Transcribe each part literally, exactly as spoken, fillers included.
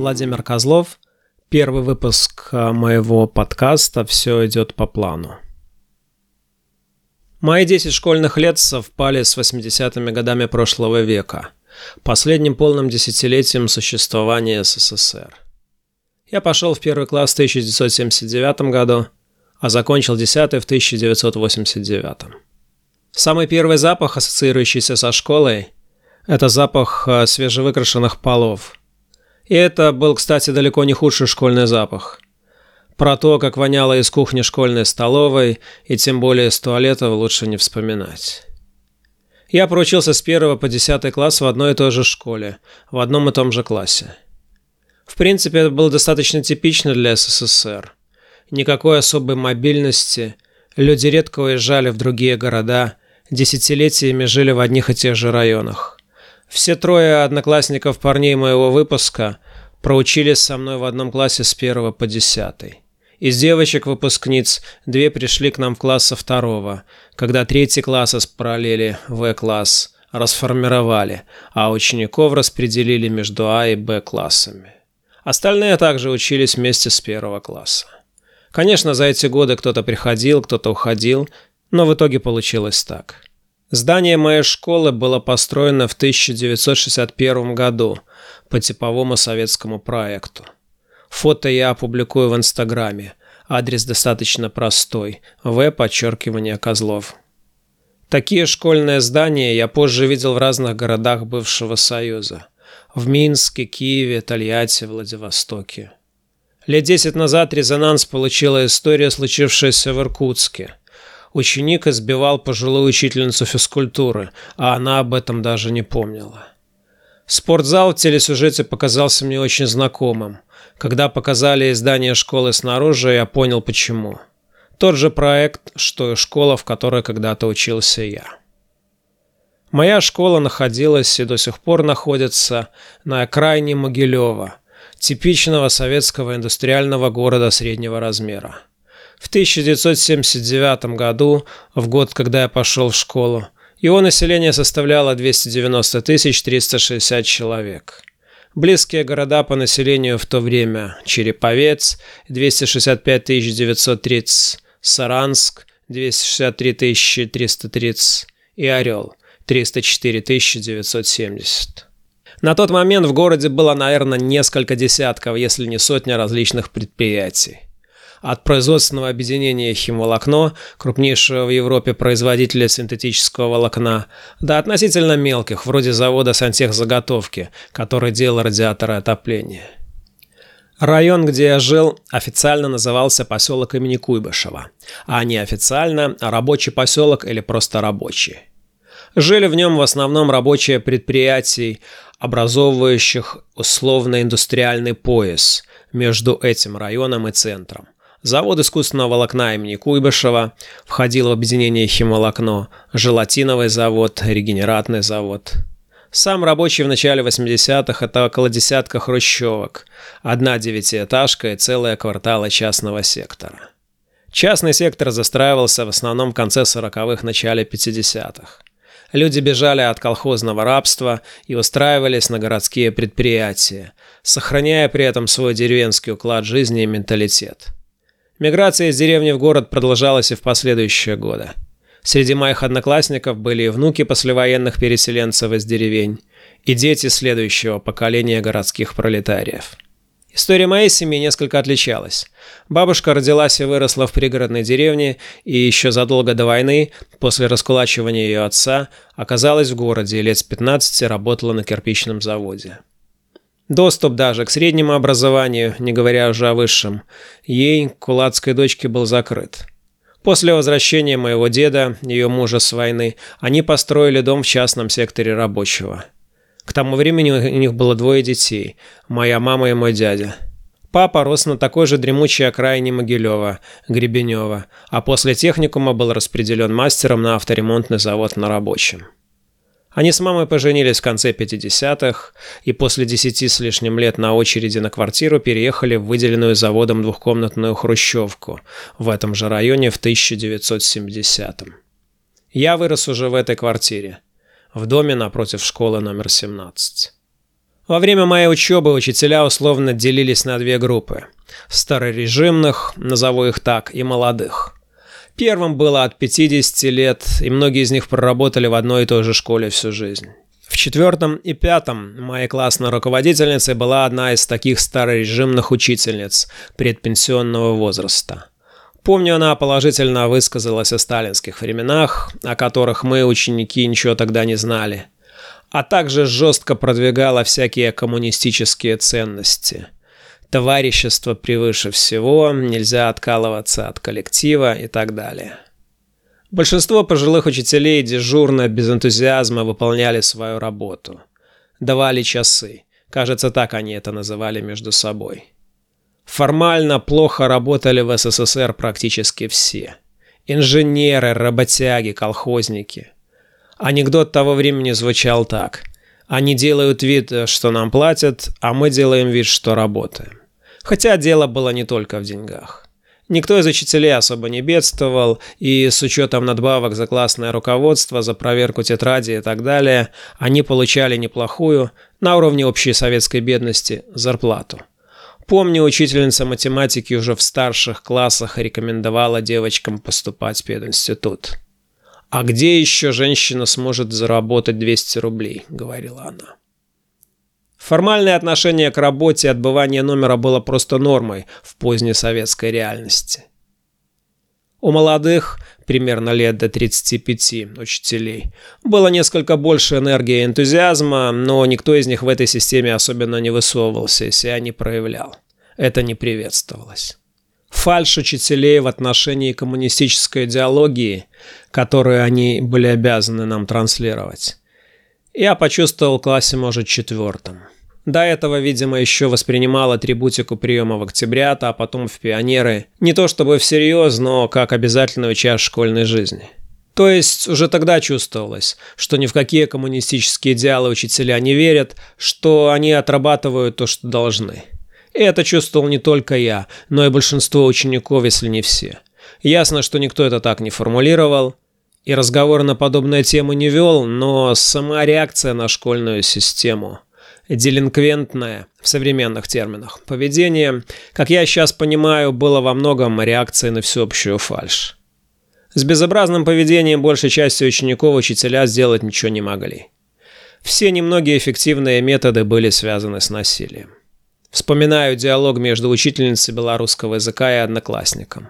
Владимир Козлов. Первый выпуск моего подкаста «Все идет по плану». Мои десять школьных лет совпали с восьмидесятыми годами прошлого века, последним полным десятилетием существования СССР. Я пошел в первый класс в тысяча девятьсот семьдесят девятом году, а закончил десятый в тысяча девятьсот восемьдесят девятом. Самый первый запах, ассоциирующийся со школой, это запах свежевыкрашенных полов. И это был, кстати, далеко не худший школьный запах. Про то, как воняло из кухни школьной столовой, и тем более из туалетов, лучше не вспоминать. Я проучился с первого по десятый класс в одной и той же школе, в одном и том же классе. В принципе, это было достаточно типично для СССР. Никакой особой мобильности, люди редко уезжали в другие города, десятилетиями жили в одних и тех же районах. Все трое одноклассников парней моего выпуска проучились со мной в одном классе с первого по десятый. Из девочек-выпускниц две пришли к нам в класс со второго, когда третий класс из параллели В-класс расформировали, а учеников распределили между А и Б классами. Остальные также учились вместе с первого класса. Конечно, за эти годы кто-то приходил, кто-то уходил, но в итоге получилось так. Здание моей школы было построено в тысяча девятьсот шестьдесят первом году по типовому советскому проекту. Фото я опубликую в Инстаграме. Адрес достаточно простой. В подчеркивание Козлов. Такие школьные здания я позже видел в разных городах бывшего Союза. В Минске, Киеве, Тольятти, Владивостоке. Лет десять назад резонанс получила история, случившаяся в Иркутске. Ученик избивал пожилую учительницу физкультуры, а она об этом даже не помнила. Спортзал в телесюжете показался мне очень знакомым. Когда показали здание школы снаружи, я понял почему. Тот же проект, что и школа, в которой когда-то учился я. Моя школа находилась и до сих пор находится на окраине Могилева, типичного советского индустриального города среднего размера. В тысяча девятьсот семьдесят девятом году, в год, когда я пошел в школу, его население составляло двести девяносто тысяч триста шестьдесят человек. Близкие города по населению в то время – Череповец, двести шестьдесят пять тысяч девятьсот тридцать, Саранск, двести шестьдесят три тысячи триста тридцать и Орел, триста четыре тысячи девятьсот семьдесят. На тот момент в городе было, наверное, несколько десятков, если не сотня различных предприятий. От производственного объединения «Химволокно», крупнейшего в Европе производителя синтетического волокна, до относительно мелких, вроде завода сантехзаготовки, который делал радиаторы отопления. Район, где я жил, официально назывался поселок имени Куйбышева, а неофициально – рабочий поселок или просто рабочий. Жили в нем в основном рабочие предприятий, образовывающих условно-индустриальный пояс между этим районом и центром. Завод искусственного волокна имени Куйбышева входил в объединение «Химволокно», желатиновый завод, регенератный завод. Сам рабочий в начале восьмидесятых – это около десятка хрущевок, одна девятиэтажка и целые кварталы частного сектора. Частный сектор застраивался в основном в конце сороковых – начале пятидесятых. Люди бежали от колхозного рабства и устраивались на городские предприятия, сохраняя при этом свой деревенский уклад жизни и менталитет. Миграция из деревни в город продолжалась и в последующие годы. Среди моих одноклассников были и внуки послевоенных переселенцев из деревень, и дети следующего поколения городских пролетариев. История моей семьи несколько отличалась. Бабушка родилась и выросла в пригородной деревне, и еще задолго до войны, после раскулачивания ее отца, оказалась в городе и лет с пятнадцати работала на кирпичном заводе. Доступ даже к среднему образованию, не говоря уже о высшем, ей, кулацкой дочке, был закрыт. После возвращения моего деда, ее мужа с войны, они построили дом в частном секторе рабочего. К тому времени у них было двое детей – моя мама и мой дядя. Папа рос на такой же дремучей окраине Могилева, Гребенева, а после техникума был распределен мастером на авторемонтный завод на рабочем. Они с мамой поженились в конце пятидесятых и после десяти с лишним лет на очереди на квартиру переехали в выделенную заводом двухкомнатную хрущевку в этом же районе в тысяча девятьсот семидесятом. Я вырос уже в этой квартире, в доме напротив школы номер семнадцать. Во время моей учебы учителя условно делились на две группы – старорежимных, назову их так, и молодых. Первым было от пятидесяти лет, и многие из них проработали в одной и той же школе всю жизнь. В четвертом и пятом моей классной руководительницей была одна из таких старорежимных учительниц предпенсионного возраста. Помню, она положительно высказалась о сталинских временах, о которых мы, ученики, ничего тогда не знали, а также жестко продвигала всякие коммунистические ценности. Товарищество превыше всего, нельзя откалываться от коллектива и так далее. Большинство пожилых учителей дежурно, без энтузиазма выполняли свою работу. Давали часы. Кажется, так они это называли между собой. Формально плохо работали в СССР практически все. Инженеры, работяги, колхозники. Анекдот того времени звучал так. Они делают вид, что нам платят, а мы делаем вид, что работаем. Хотя дело было не только в деньгах. Никто из учителей особо не бедствовал, и с учетом надбавок за классное руководство, за проверку тетради и так далее, они получали неплохую, на уровне общей советской бедности, зарплату. Помню, учительница математики уже в старших классах рекомендовала девочкам поступать в пединститут. «А где еще женщина сможет заработать двести рублей?» – говорила она. Формальное отношение к работе и отбывание номера было просто нормой в поздней советской реальности. У молодых, примерно лет до тридцати пяти учителей, было несколько больше энергии и энтузиазма, но никто из них в этой системе особенно не высовывался и себя не проявлял. Это не приветствовалось. Фальшь учителей в отношении коммунистической идеологии, которую они были обязаны нам транслировать, я почувствовал в классе, может, четвертом. До этого, видимо, еще воспринимал атрибутику приема в октябрята, а потом в пионеры. Не то чтобы всерьез, но как обязательную часть школьной жизни. То есть уже тогда чувствовалось, что ни в какие коммунистические идеалы учителя не верят, что они отрабатывают то, что должны. И это чувствовал не только я, но и большинство учеников, если не все. Ясно, что никто это так не формулировал. И разговор на подобные темы не вел, но сама реакция на школьную систему, делинквентное, в современных терминах, поведение, как я сейчас понимаю, было во многом реакцией на всеобщую фальшь. С безобразным поведением большей части учеников учителя сделать ничего не могли. Все немногие эффективные методы были связаны с насилием. Вспоминаю диалог между учительницей белорусского языка и одноклассником.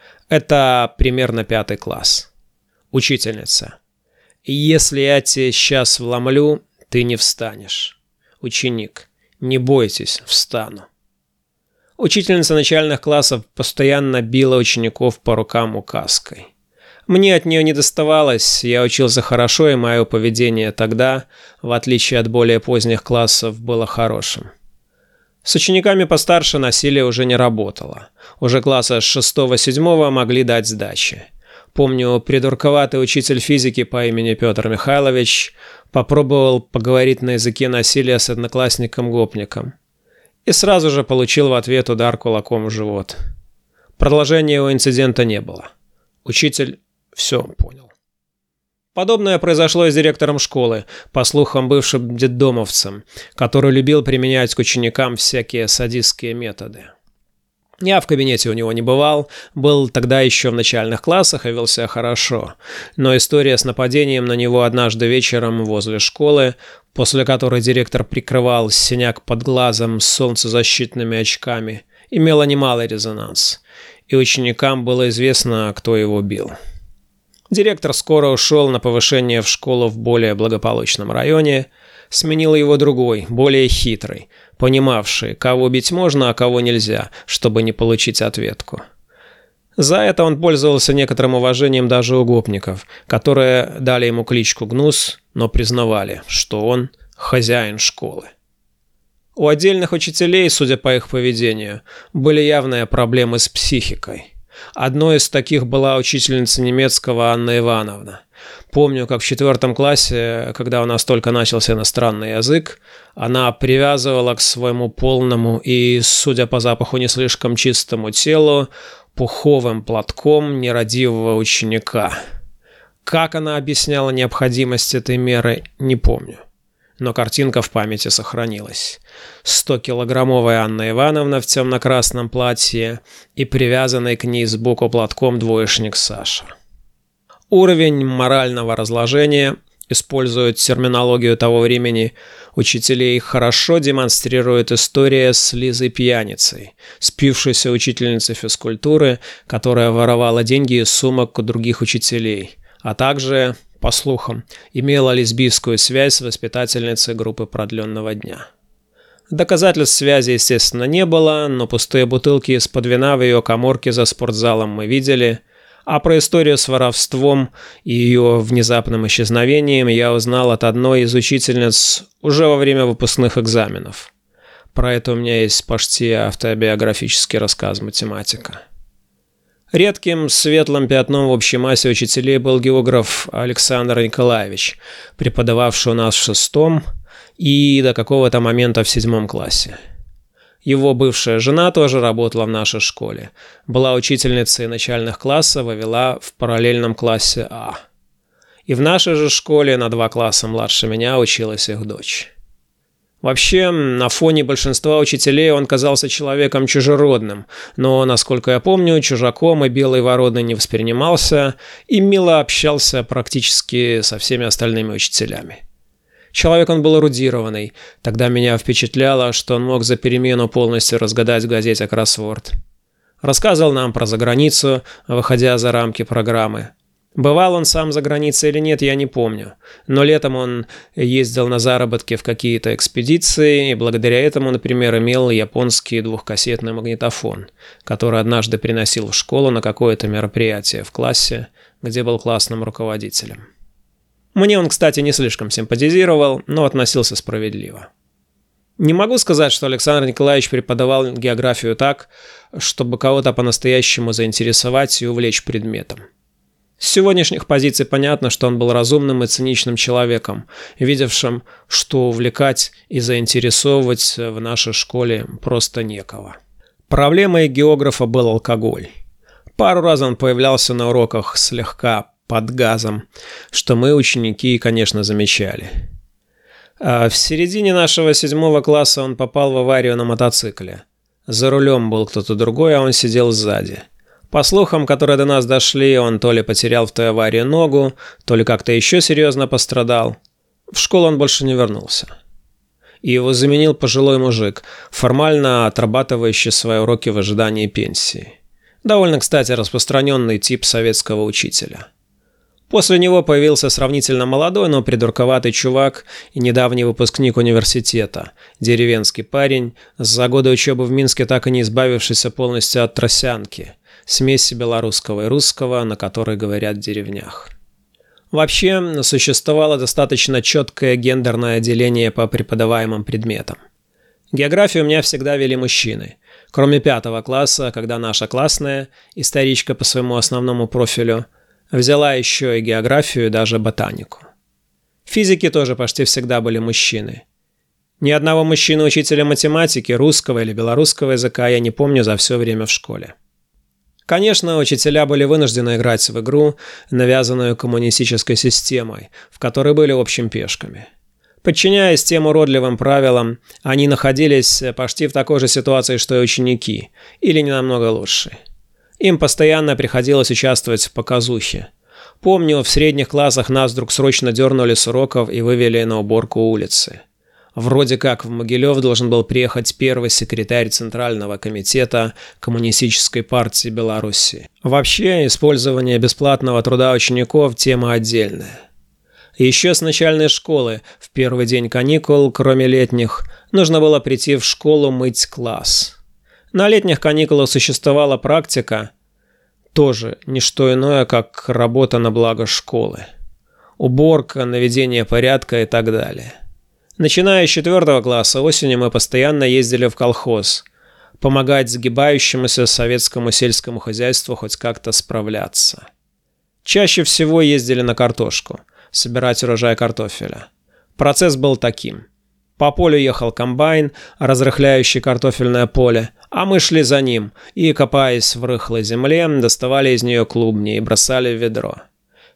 Это примерно пятый класс. Учительница. «Если я тебе сейчас вломлю, ты не встанешь». Ученик. «Не бойтесь, встану». Учительница начальных классов постоянно била учеников по рукам указкой. Мне от нее не доставалось, я учился хорошо, и мое поведение тогда, в отличие от более поздних классов, было хорошим. С учениками постарше насилие уже не работало. Уже класса с шестого-седьмого могли дать сдачи. Помню, придурковатый учитель физики по имени Петр Михайлович попробовал поговорить на языке насилия с одноклассником-гопником. И сразу же получил в ответ удар кулаком в живот. Продолжения у инцидента не было. Учитель все понял. Подобное произошло и с директором школы, по слухам бывшим детдомовцем, который любил применять к ученикам всякие садистские методы. Я в кабинете у него не бывал, был тогда еще в начальных классах и вел себя хорошо. Но история с нападением на него однажды вечером возле школы, после которой директор прикрывал синяк под глазом с солнцезащитными очками, имела немалый резонанс. И ученикам было известно, кто его бил. Директор скоро ушел на повышение в школу в более благополучном районе, сменил его другой, более хитрый, понимавший, кого бить можно, а кого нельзя, чтобы не получить ответку. За это он пользовался некоторым уважением даже у гопников, которые дали ему кличку Гнус, но признавали, что он хозяин школы. У отдельных учителей, судя по их поведению, были явные проблемы с психикой. Одной из таких была учительница немецкого Анна Ивановна. Помню, как в четвертом классе, когда у нас только начался иностранный язык, она привязывала к своему полному и, судя по запаху, не слишком чистому телу пуховым платком нерадивого ученика. Как она объясняла необходимость этой меры, не помню. но картинка в памяти сохранилась. Стокилограммовая Анна Ивановна в темно-красном платье и привязанный к ней сбоку платком двоечник Саша. Уровень морального разложения, используя терминологию того времени, учителей хорошо демонстрирует история с Лизой пьяницей, спившейся учительницей физкультуры, которая воровала деньги из сумок у других учителей, а также, по слухам, имела лесбийскую связь с воспитательницей группы продленного дня. Доказательств связи, естественно, не было, но пустые бутылки из-под вина в ее каморке за спортзалом мы видели, а про историю с воровством и ее внезапным исчезновением я узнал от одной из учительниц уже во время выпускных экзаменов. Про это у меня есть почти автобиографический рассказ математика. Редким светлым пятном в общей массе учителей был географ Александр Николаевич, преподававший у нас в шестом и до какого-то момента в седьмом классе. Его бывшая жена тоже работала в нашей школе, была учительницей начальных классов и вела в параллельном классе А. И в нашей же школе на два класса младше меня училась их дочь. Вообще, на фоне большинства учителей он казался человеком чужеродным, но, насколько я помню, чужаком и белой вороной не воспринимался и мило общался практически со всеми остальными учителями. Человек он был эрудированный, тогда меня впечатляло, что он мог за перемену полностью разгадать в газете кроссворд. Рассказывал нам про заграницу, выходя за рамки программы. Бывал он сам за границей или нет, я не помню, но летом он ездил на заработки в какие-то экспедиции, и благодаря этому, например, имел японский двухкассетный магнитофон, который однажды приносил в школу на какое-то мероприятие в классе, где был классным руководителем. Мне он, кстати, не слишком симпатизировал, но относился справедливо. Не могу сказать, что Александр Николаевич преподавал географию так, чтобы кого-то по-настоящему заинтересовать и увлечь предметом. С сегодняшних позиций понятно, что он был разумным и циничным человеком, видевшим, что увлекать и заинтересовывать в нашей школе просто некого. Проблемой географа был алкоголь. Пару раз он появлялся на уроках слегка под газом, что мы, ученики, конечно, замечали. А в середине нашего седьмого класса он попал в аварию на мотоцикле. За рулем был кто-то другой, а он сидел сзади. По слухам, которые до нас дошли, он то ли потерял в той аварии ногу, то ли как-то еще серьезно пострадал. В школу он больше не вернулся. И его заменил пожилой мужик, формально отрабатывающий свои уроки в ожидании пенсии. Довольно, кстати, распространенный тип советского учителя. После него появился сравнительно молодой, но придурковатый чувак и недавний выпускник университета, деревенский парень, за годы учебы в Минске так и не избавившийся полностью от тросянки, смеси белорусского и русского, на которой говорят в деревнях. Вообще, существовало достаточно четкое гендерное деление по преподаваемым предметам. Географию у меня всегда вели мужчины, кроме пятого класса, когда наша классная, историчка по своему основному профилю, взяла еще и географию и даже ботанику. Физики тоже почти всегда были мужчины. Ни одного мужчины-учителя математики, русского или белорусского языка я не помню за все время в школе. Конечно, учителя были вынуждены играть в игру, навязанную коммунистической системой, в которой были общим пешками. Подчиняясь тем уродливым правилам, они находились почти в такой же ситуации, что и ученики, или не намного лучше. Им постоянно приходилось участвовать в показухе. Помню, в средних классах нас вдруг срочно дернули с уроков и вывели на уборку улицы. Вроде как в Могилев должен был приехать первый секретарь Центрального комитета Коммунистической партии Беларуси. Вообще, использование бесплатного труда учеников – тема отдельная. Еще с начальной школы, в первый день каникул, кроме летних, нужно было прийти в школу мыть класс. На летних каникулах существовала практика, тоже не что иное, как работа на благо школы. Уборка, наведение порядка и так далее. Начиная с четвертого класса осенью мы постоянно ездили в колхоз, помогать сгибающемуся советскому сельскому хозяйству хоть как-то справляться. Чаще всего ездили на картошку, собирать урожай картофеля. Процесс был таким. По полю ехал комбайн, разрыхляющий картофельное поле, а мы шли за ним и, копаясь в рыхлой земле, доставали из нее клубни и бросали в ведро.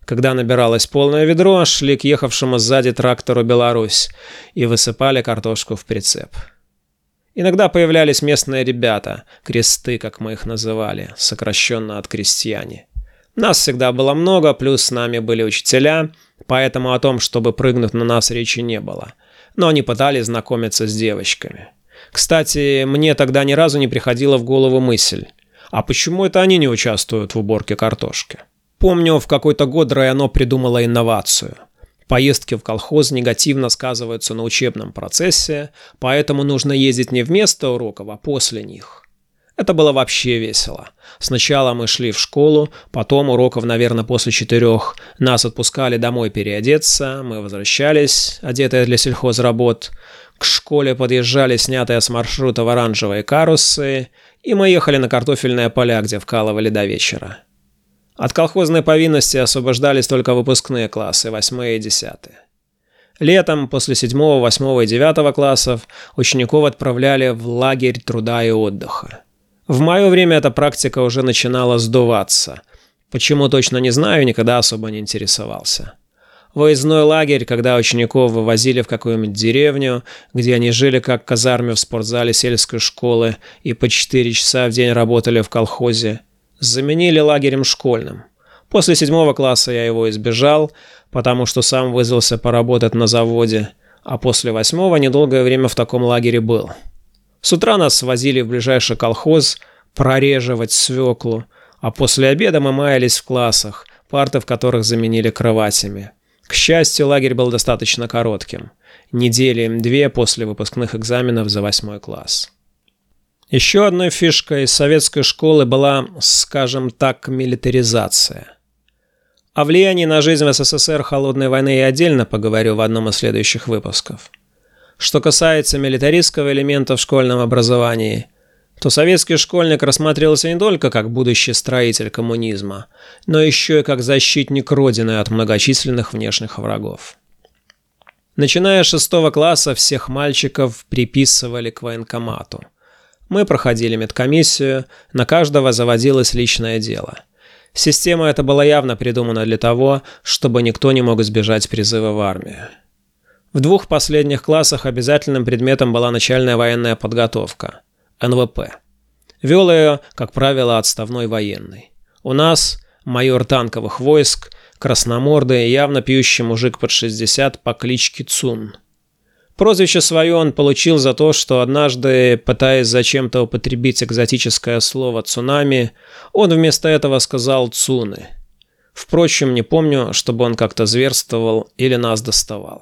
Когда набиралось полное ведро, шли к ехавшему сзади трактору «Беларусь» и высыпали картошку в прицеп. Иногда появлялись местные ребята, кресты, как мы их называли, сокращенно от крестьяне. Нас всегда было много, плюс с нами были учителя, поэтому о том, чтобы прыгнуть на нас, речи не было. Но они пытались знакомиться с девочками. Кстати, мне тогда ни разу не приходила в голову мысль, а почему это они не участвуют в уборке картошки? Помню, в какой-то год Районо придумала инновацию. Поездки в колхоз негативно сказываются на учебном процессе, поэтому нужно ездить не вместо уроков, а после них. Это было вообще весело. Сначала мы шли в школу, потом уроков, наверное, после четырех. Нас отпускали домой переодеться, мы возвращались, одетые для сельхозработ. К школе подъезжали снятые с маршрутов оранжевые карусы, и мы ехали на картофельные поля, где вкалывали до вечера. От колхозной повинности освобождались только выпускные классы, восьмые и десятые. Летом, после седьмого, восьмого и девятого классов, учеников отправляли в лагерь труда и отдыха. В мое время эта практика уже начинала сдуваться. Почему, точно не знаю, никогда особо не интересовался. Выездной лагерь, когда учеников вывозили в какую-нибудь деревню, где они жили как в казарме в спортзале сельской школы и по четыре часа в день работали в колхозе, заменили лагерем школьным. После седьмого класса я его избежал, потому что сам вызвался поработать на заводе, а после восьмого недолгое время в таком лагере был. С утра нас свозили в ближайший колхоз прореживать свеклу, а после обеда мы маялись в классах, парты в которых заменили кроватями. К счастью, лагерь был достаточно коротким. Недели две после выпускных экзаменов за восьмой класс. Еще одной фишкой советской школы была, скажем так, милитаризация. О влиянии на жизнь в СССР холодной войны я отдельно поговорю в одном из следующих выпусков. Что касается милитаристского элемента в школьном образовании, то советский школьник рассматривался не только как будущий строитель коммунизма, но еще и как защитник Родины от многочисленных внешних врагов. Начиная с шестого класса всех мальчиков приписывали к военкомату. Мы проходили медкомиссию, на каждого заводилось личное дело. Система эта была явно придумана для того, чтобы никто не мог избежать призыва в армию. В двух последних классах обязательным предметом была начальная военная подготовка – эн вэ пэ. Вел ее, как правило, отставной военный. У нас майор танковых войск, красномордый, явно пьющий мужик под шестьдесят по кличке Цун. Прозвище свое он получил за то, что однажды, пытаясь зачем-то употребить экзотическое слово «цунами», он вместо этого сказал «цуны». Впрочем, не помню, чтобы он как-то зверствовал или нас доставал.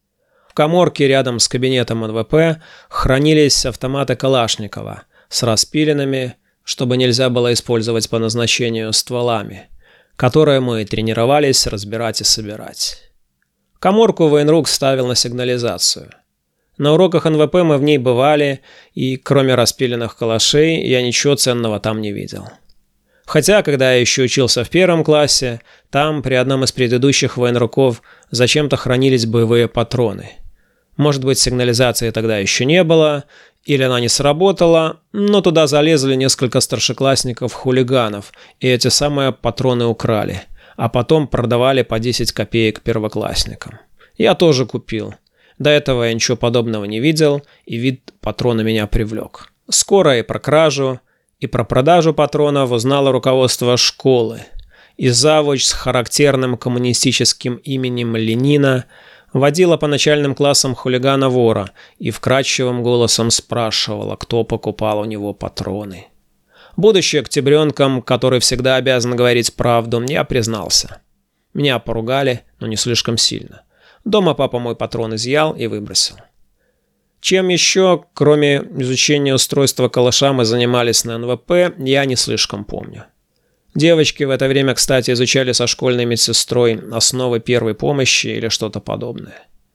В каморке рядом с кабинетом эн вэ пэ хранились автоматы Калашникова с распиленными, чтобы нельзя было использовать по назначению, стволами, которые мы тренировались разбирать и собирать. Каморку военрук ставил на сигнализацию. На уроках эн вэ пэ мы в ней бывали, и кроме распиленных калашей я ничего ценного там не видел. Хотя, когда я еще учился в первом классе, там при одном из предыдущих военруков зачем-то хранились боевые патроны. Может быть, сигнализации тогда еще не было, или она не сработала, но туда залезли несколько старшеклассников-хулиганов, и эти самые патроны украли, а потом продавали по десять копеек первоклассникам. Я тоже купил. До этого я ничего подобного не видел, и вид патрона меня привлек. Скоро и про кражу, и про продажу патронов узнало руководство школы, и завуч с характерным коммунистическим именем Ленина водила по начальным классам хулигана-вора и вкрадчивым голосом спрашивала, кто покупал у него патроны. Будучи октябренком, который всегда обязан говорить правду, я признался. Меня поругали, но не слишком сильно. Дома папа мой патрон изъял и выбросил. Чем еще, кроме изучения устройства калаша, мы занимались на эн вэ пэ, я не слишком помню. Девочки в это время, кстати, изучали со школьной медсестрой основы первой помощи или что-то подобное.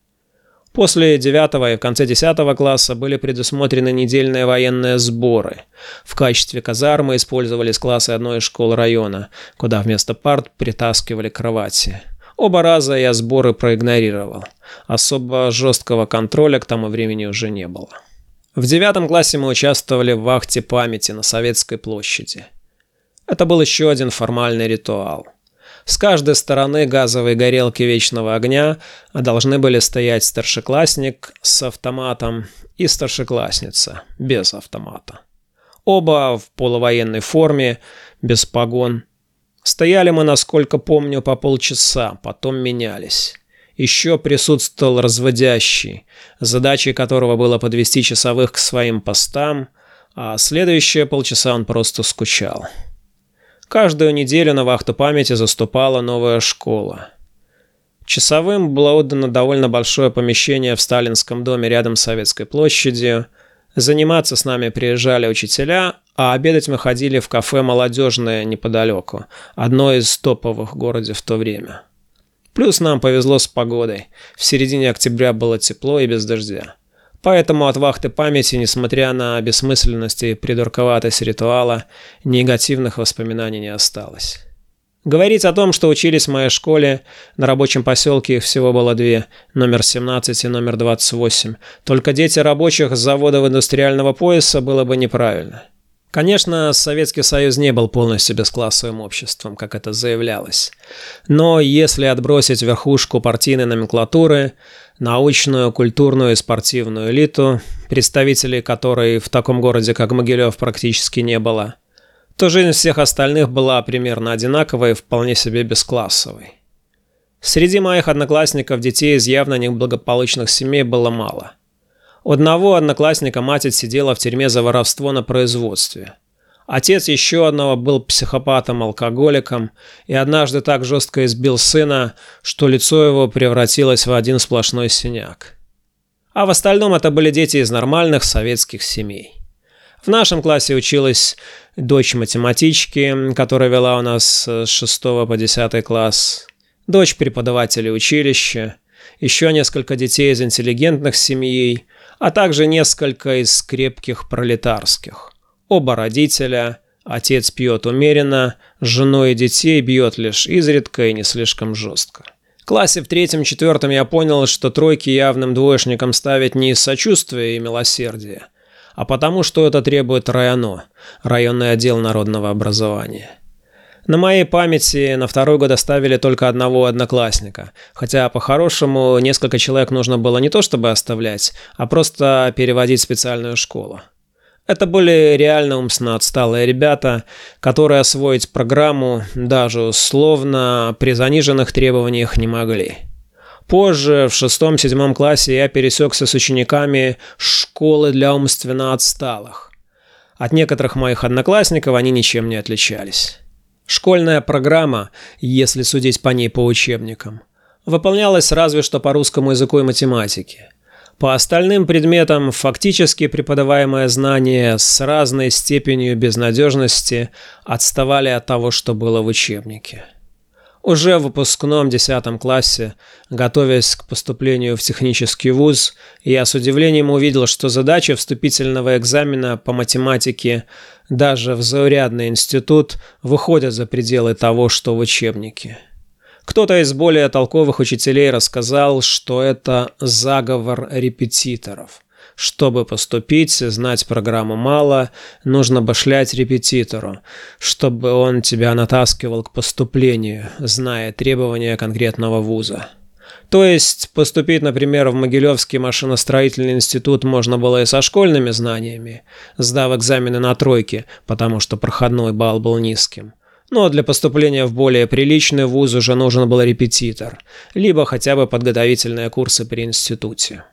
После девятого и в конце десятого класса были предусмотрены недельные военные сборы. В качестве казармы использовались классы одной из школ района, куда вместо парт притаскивали кровати. Оба раза я сборы проигнорировал. Особо жесткого контроля к тому времени уже не было. В девятом классе мы участвовали в вахте памяти на Советской площади. Это был еще один формальный ритуал. С каждой стороны газовой горелки вечного огня должны были стоять старшеклассник с автоматом и старшеклассница без автомата. Оба в полувоенной форме, без погон. Стояли мы, насколько помню, по полчаса, потом менялись. Еще присутствовал разводящий, задачей которого было подвести часовых к своим постам, а следующие полчаса он просто скучал. Каждую неделю на вахту памяти заступала новая школа. Часовым было отдано довольно большое помещение в Сталинском доме рядом с Советской площадью. Заниматься с нами приезжали учителя, а обедать мы ходили в кафе «Молодежное» неподалеку, одно из топовых в городе в то время. Плюс нам повезло с погодой. В середине октября было тепло и без дождя. Поэтому от вахты памяти, несмотря на бессмысленность и придурковатость ритуала, негативных воспоминаний не осталось. Говорить о том, что учились в моей школе, на рабочем поселке их всего было две, номер семнадцать и номер двадцать восемь, только дети рабочих с заводов индустриального пояса, было бы неправильно. Конечно, Советский Союз не был полностью бесклассовым обществом, как это заявлялось. Но если отбросить верхушку партийной номенклатуры, научную, культурную и спортивную элиту, представителей которой в таком городе, как Могилев, практически не было, то жизнь всех остальных была примерно одинаковой и вполне себе бесклассовой. Среди моих одноклассников детей из явно неблагополучных семей было мало. У одного одноклассника мать отсидела в тюрьме за воровство на производстве. Отец еще одного был психопатом-алкоголиком и однажды так жестко избил сына, что лицо его превратилось в один сплошной синяк. А в остальном это были дети из нормальных советских семей. В нашем классе училась дочь математички, которая вела у нас с шестого по десятый класс, дочь преподавателя училища, еще несколько детей из интеллигентных семей, а также несколько из крепких пролетарских. Оба родителя, отец пьет умеренно, с женой и детей бьет лишь изредка и не слишком жестко. В классе в третьем-четвертом я понял, что тройки явным двоечникам ставить не из сочувствия и милосердия, а потому что это требует районо, районный отдел народного образования. На моей памяти на второй год оставили только одного одноклассника, хотя по-хорошему несколько человек нужно было не то чтобы оставлять, а просто переводить в специальную школу. Это были реально умственно отсталые ребята, которые освоить программу даже условно при заниженных требованиях не могли. Позже, в шестом-седьмом классе, я пересекся с учениками школы для умственно отсталых. От некоторых моих одноклассников они ничем не отличались. Школьная программа, если судить по ней по учебникам, выполнялась разве что по русскому языку и математике. По остальным предметам фактически преподаваемые знания с разной степенью безнадежности отставали от того, что было в учебнике. Уже в выпускном десятом классе, готовясь к поступлению в технический вуз, я с удивлением увидел, что задачи вступительного экзамена по математике даже в заурядный институт выходят за пределы того, что в учебнике. Кто-то из более толковых учителей рассказал, что это заговор репетиторов. Чтобы поступить, знать программу мало, нужно башлять репетитору, чтобы он тебя натаскивал к поступлению, зная требования конкретного вуза. То есть поступить, например, в Могилевский машиностроительный институт можно было и со школьными знаниями, сдав экзамены на тройки, потому что проходной балл был низким. Но для поступления в более приличный вуз уже нужен был репетитор, либо хотя бы подготовительные курсы при институте.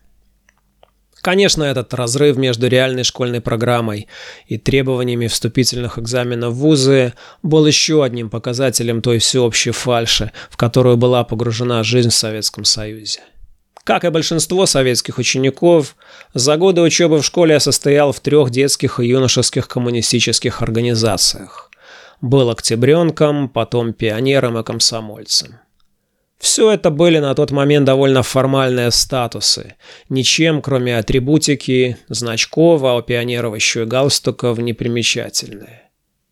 Конечно, этот разрыв между реальной школьной программой и требованиями вступительных экзаменов в вузы был еще одним показателем той всеобщей фальши, в которую была погружена жизнь в Советском Союзе. Как и большинство советских учеников, за годы учебы в школе я состоял в трех детских и юношеских коммунистических организациях. Был октябренком, потом пионером и комсомольцем. Все это были на тот момент довольно формальные статусы, ничем, кроме атрибутики, значков, а у пионеров еще и галстуков, не примечательные.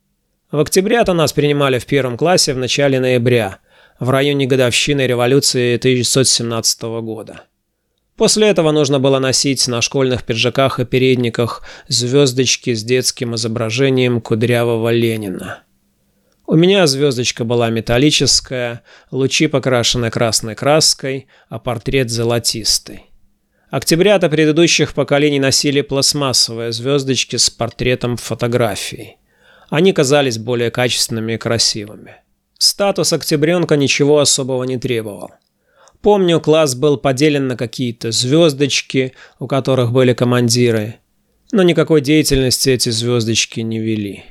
В октябре-то нас принимали в первом классе в начале ноября, в районе годовщины революции тысяча девятьсот семнадцатого года. После этого нужно было носить на школьных пиджаках и передниках звездочки с детским изображением кудрявого Ленина. У меня звездочка была металлическая, лучи покрашены красной краской, а портрет золотистый. Октябрята предыдущих поколений носили пластмассовые звездочки с портретом фотографией. Они казались более качественными и красивыми. Статус октябренка ничего особого не требовал. Помню, класс был поделен на какие-то звездочки, у которых были командиры, но никакой деятельности эти звездочки не вели.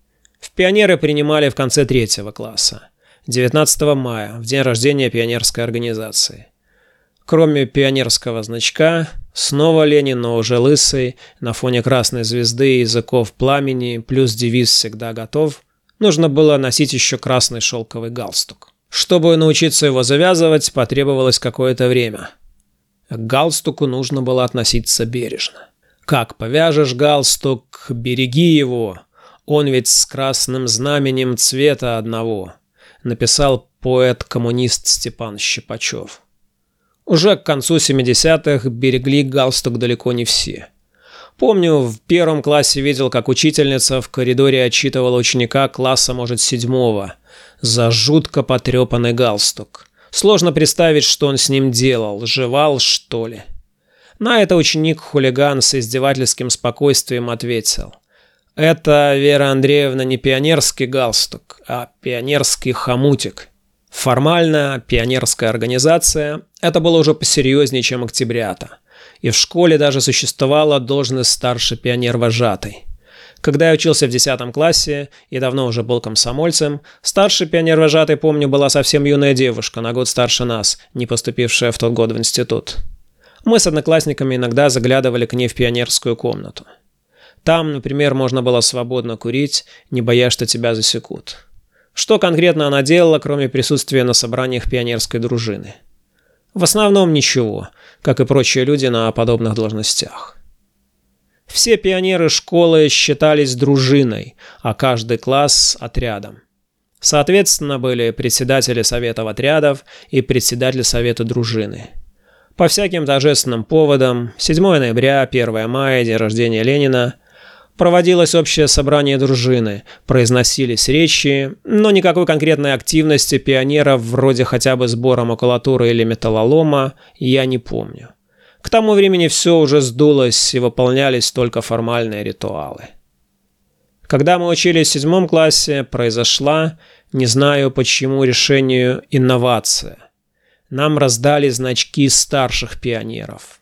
В пионеры принимали в конце третьего класса, девятнадцатого мая, в день рождения пионерской организации. Кроме пионерского значка, снова Ленин, но уже лысый, на фоне красной звезды и языков пламени, плюс девиз «Всегда готов», нужно было носить еще красный шелковый галстук. Чтобы научиться его завязывать, потребовалось какое-то время. К галстуку нужно было относиться бережно. Как повяжешь галстук, береги его, он ведь с красным знаменем цвета одного, написал поэт-коммунист Степан Щипачев. Уже к концу семидесятых берегли галстук далеко не все. Помню, в первом классе видел, как учительница в коридоре отчитывала ученика класса, может, седьмого, за жутко потрепанный галстук. Сложно представить, что он с ним делал, жевал, что ли. На это ученик-хулиган с издевательским спокойствием ответил: «Это, Вера Андреевна, не пионерский галстук, а пионерский хомутик». Формально пионерская организация – это было уже посерьезнее, чем октябрята. И в школе даже существовала должность старший пионер-вожатый. Когда я учился в десятом классе и давно уже был комсомольцем, старший пионер-вожатый, помню, была совсем юная девушка, на год старше нас, не поступившая в тот год в институт. Мы с одноклассниками иногда заглядывали к ней в пионерскую комнату. Там, например, можно было свободно курить, не боясь, что тебя засекут. Что конкретно она делала, кроме присутствия на собраниях пионерской дружины? В основном ничего, как и прочие люди на подобных должностях. Все пионеры школы считались дружиной, а каждый класс – отрядом. Соответственно, были председатели советов отрядов и председатель совета дружины. По всяким торжественным поводам, седьмого ноября, первого мая, день рождения Ленина, проводилось общее собрание дружины, произносились речи, но никакой конкретной активности пионеров, вроде хотя бы сбора макулатуры или металлолома, я не помню. К тому времени все уже сдулось и выполнялись только формальные ритуалы. Когда мы учились в седьмом классе, произошла, не знаю почему, решению инновация. Нам раздали значки старших пионеров.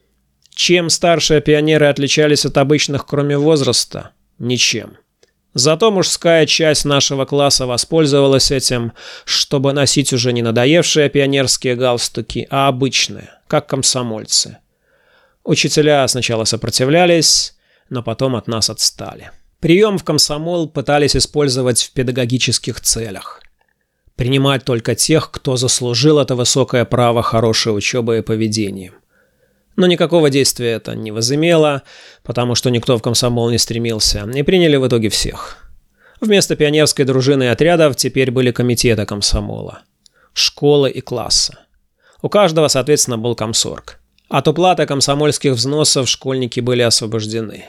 Чем старшие пионеры отличались от обычных, кроме возраста? Ничем. Зато мужская часть нашего класса воспользовалась этим, чтобы носить уже не надоевшие пионерские галстуки, а обычные, как комсомольцы. Учителя сначала сопротивлялись, но потом от нас отстали. Прием в комсомол пытались использовать в педагогических целях. Принимать только тех, кто заслужил это высокое право хорошей учебы и поведением. Но никакого действия это не возымело, потому что никто в комсомол не стремился, и приняли в итоге всех. Вместо пионерской дружины и отрядов теперь были комитеты комсомола, школы и класса. У каждого, соответственно, был комсорг. От уплаты комсомольских взносов школьники были освобождены.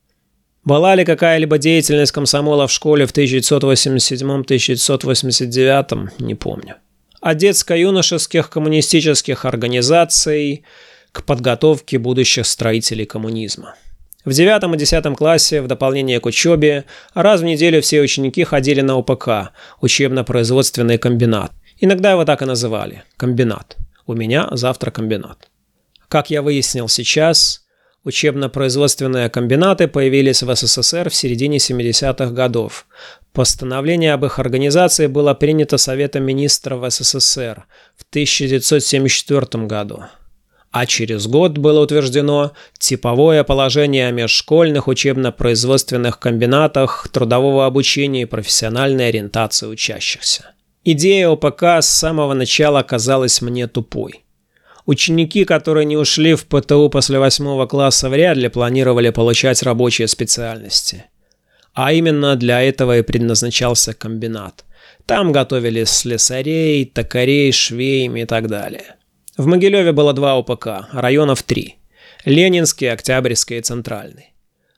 Была ли какая-либо деятельность комсомола в школе в тысяча девятьсот восемьдесят седьмом — тысяча девятьсот восемьдесят девятом, не помню. От детско-юношеских коммунистических организаций к подготовке будущих строителей коммунизма. В девятом и десятом классе, в дополнение к учебе, раз в неделю все ученики ходили на У П К, учебно-производственный комбинат. Иногда его так и называли – комбинат. У меня завтра комбинат. Как я выяснил сейчас, учебно-производственные комбинаты появились в С С С Р в середине семидесятых годов. Постановление об их организации было принято Советом министров С С С Р в тысяча девятьсот семьдесят четвёртом году. А через год было утверждено типовое положение о межшкольных учебно-производственных комбинатах трудового обучения и профессиональной ориентации учащихся. Идея О П К с самого начала казалась мне тупой. Ученики, которые не ушли в П Т У после восьмого класса, вряд ли планировали получать рабочие специальности. А именно для этого и предназначался комбинат. Там готовили слесарей, токарей, швей и так далее. В Могилеве было два О П К, районов три – Ленинский, Октябрьский и Центральный.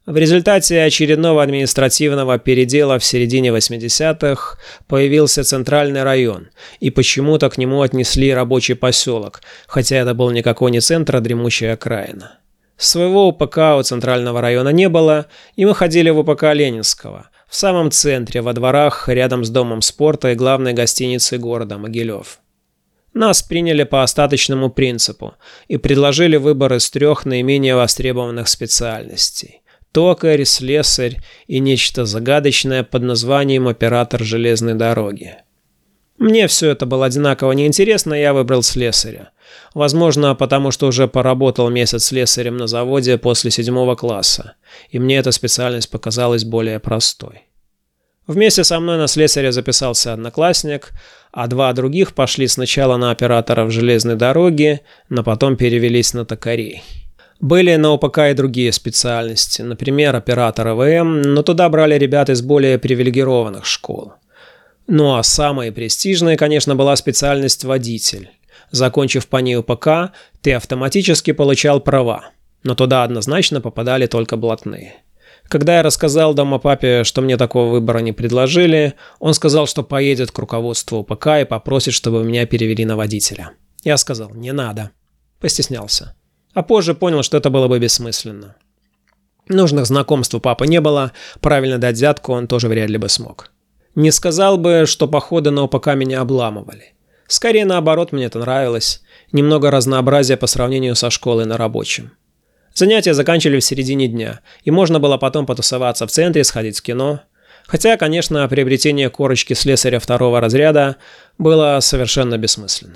В результате очередного административного передела в середине восьмидесятых появился центральный район, и почему-то к нему отнесли рабочий поселок, хотя это был никакой не центр, а дремучая окраина. Своего УПК у центрального района не было, и мы ходили в УПК Ленинского, в самом центре, во дворах, рядом с домом спорта и главной гостиницей города Могилев. Нас приняли по остаточному принципу и предложили выбор из трех наименее востребованных специальностей. Токарь, слесарь и нечто загадочное под названием оператор железной дороги. Мне все это было одинаково неинтересно, я выбрал слесаря. Возможно, потому что уже поработал месяц слесарем на заводе после седьмого класса, и мне эта специальность показалась более простой. Вместе со мной на слесаря записался одноклассник, а два других пошли сначала на операторов железной дороги, но потом перевелись на токарей. Были на УПК и другие специальности, например, оператор ЭВМ, но туда брали ребят из более привилегированных школ. Ну а самой престижной, конечно, была специальность водитель. Закончив по ней УПК, ты автоматически получал права, но туда однозначно попадали только блатные. Когда я рассказал дома папе, что мне такого выбора не предложили, он сказал, что поедет к руководству УПК и попросит, чтобы меня перевели на водителя. Я сказал: «Не надо». Постеснялся. А позже понял, что это было бы бессмысленно. Нужных знакомств у папы не было, правильно дать взятку он тоже вряд ли бы смог. Не сказал бы, что походы на УПК меня обламывали. Скорее наоборот, мне это нравилось. Немного разнообразия по сравнению со школой на рабочем. Занятия заканчивали в середине дня, и можно было потом потусоваться в центре, сходить в кино. Хотя, конечно, приобретение корочки слесаря второго разряда было совершенно бессмысленным.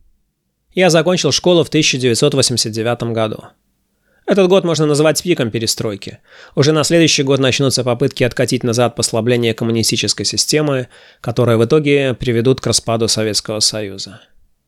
Я закончил школу в тысяча девятьсот восемьдесят девятом году. Этот год можно назвать пиком перестройки. Уже на следующий год начнутся попытки откатить назад послабление коммунистической системы, которые в итоге приведут к распаду Советского Союза.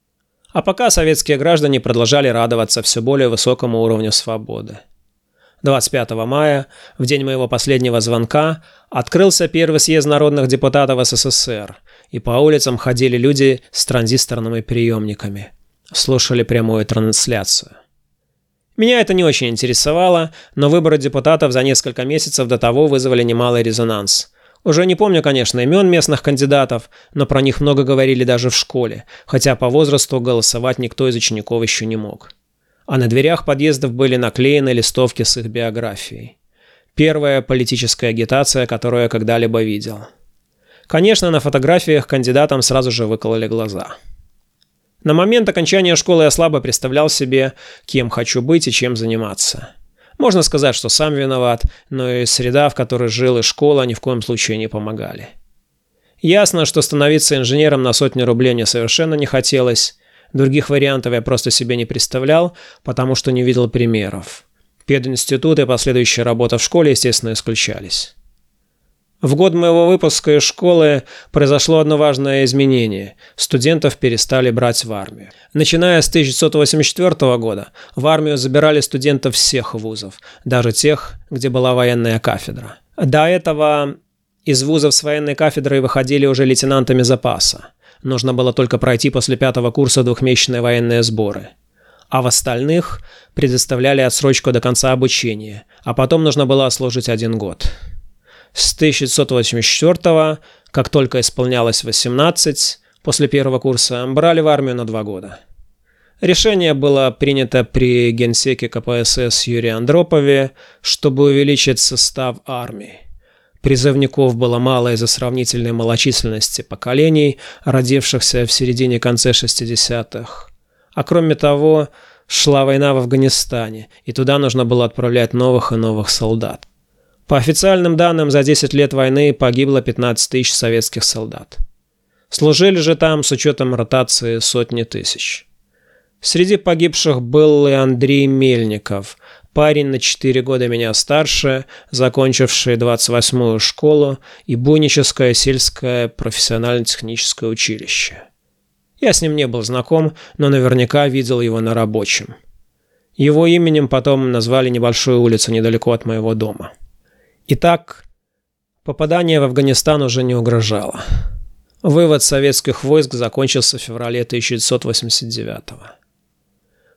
А пока советские граждане продолжали радоваться все более высокому уровню свободы. двадцать пятого мая, в день моего последнего звонка, открылся первый съезд народных депутатов СССР, и по улицам ходили люди с транзисторными приемниками. Слушали прямую трансляцию. Меня это не очень интересовало, но выборы депутатов за несколько месяцев до того вызвали немалый резонанс. Уже не помню, конечно, имен местных кандидатов, но про них много говорили даже в школе, хотя по возрасту голосовать никто из учеников еще не мог. А на дверях подъездов были наклеены листовки с их биографией. Первая политическая агитация, которую я когда-либо видел. Конечно, на фотографиях кандидатам сразу же выкололи глаза. На момент окончания школы я слабо представлял себе, кем хочу быть и чем заниматься. Можно сказать, что сам виноват, но и среда, в которой жил, и школа ни в коем случае не помогали. Ясно, что становиться инженером на сотню рублей мне совершенно не хотелось. Других вариантов я просто себе не представлял, потому что не видел примеров. Пединститут и последующая работа в школе, естественно, исключались. В год моего выпуска из школы произошло одно важное изменение. Студентов перестали брать в армию. Начиная с тысяча девятьсот восемьдесят четвёртого года в армию забирали студентов всех вузов, даже тех, где была военная кафедра. До этого из вузов с военной кафедрой выходили уже лейтенантами запаса. Нужно было только пройти после пятого курса двухмесячные военные сборы. А в остальных предоставляли отсрочку до конца обучения, а потом нужно было отслужить один год. С тысяча девятьсот восемьдесят четвёртого, как только исполнялось восемнадцать, после первого курса брали в армию на два года. Решение было принято при генсеке ка пэ эс эс Юрии Андропове, чтобы увеличить состав армии. Призывников было мало из-за сравнительной малочисленности поколений, родившихся в середине-конце шестидесятых. А кроме того, шла война в Афганистане, и туда нужно было отправлять новых и новых солдат. По официальным данным, за десять лет войны погибло пятнадцать тысяч советских солдат. Служили же там, с учетом ротации, сотни тысяч. Среди погибших был и Андрей Мельников, парень на четыре года меня старше, закончивший двадцать восьмую школу и Буйническое сельское профессионально-техническое училище. Я с ним не был знаком, но наверняка видел его на рабочем. Его именем потом назвали небольшую улицу недалеко от моего дома. Итак, попадание в Афганистан уже не угрожало. Вывод советских войск закончился в феврале тысяча девятьсот восемьдесят девятого.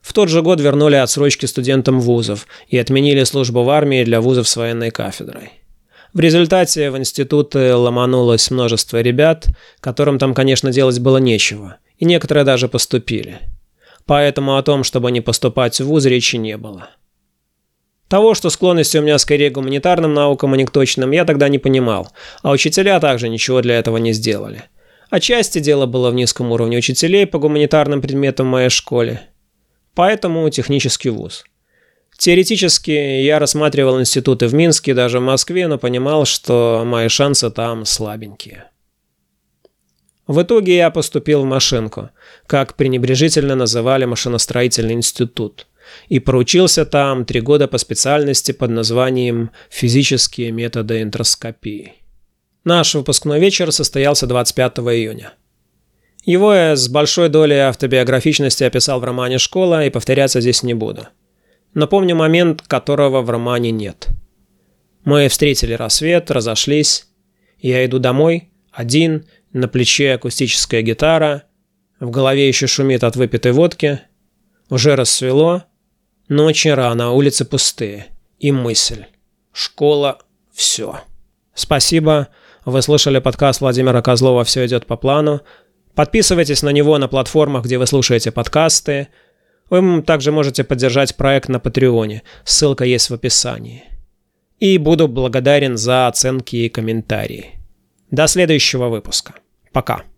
В тот же год вернули отсрочки студентам вузов и отменили службу в армии для вузов с военной кафедрой. В результате в институты ломанулось множество ребят, которым там, конечно, делать было нечего, и некоторые даже поступили. Поэтому о том, чтобы не поступать в вуз, речи не было. Того, что склонности у меня скорее к гуманитарным наукам, а не к точным, я тогда не понимал, а учителя также ничего для этого не сделали. Отчасти дело было в низком уровне учителей по гуманитарным предметам в моей школе. Поэтому технический вуз. Теоретически я рассматривал институты в Минске, даже в Москве, но понимал, что мои шансы там слабенькие. В итоге я поступил в машинку, как пренебрежительно называли машиностроительный институт, и проучился там три года по специальности под названием «Физические методы энтероскопии». Наш выпускной вечер состоялся двадцать пятого июня. Его я с большой долей автобиографичности описал в романе «Школа» и повторяться здесь не буду. Напомню момент, которого в романе нет. Мы встретили рассвет, разошлись. Я иду домой, один, на плече акустическая гитара, в голове еще шумит от выпитой водки. Уже рассвело, ночи рано, улицы пустые. И мысль. Школа – все. Спасибо. Вы слушали подкаст Владимира Козлова «Все идет по плану». Подписывайтесь на него на платформах, где вы слушаете подкасты. Вы также можете поддержать проект на Патреоне, ссылка есть в описании. И буду благодарен за оценки и комментарии. До следующего выпуска. Пока.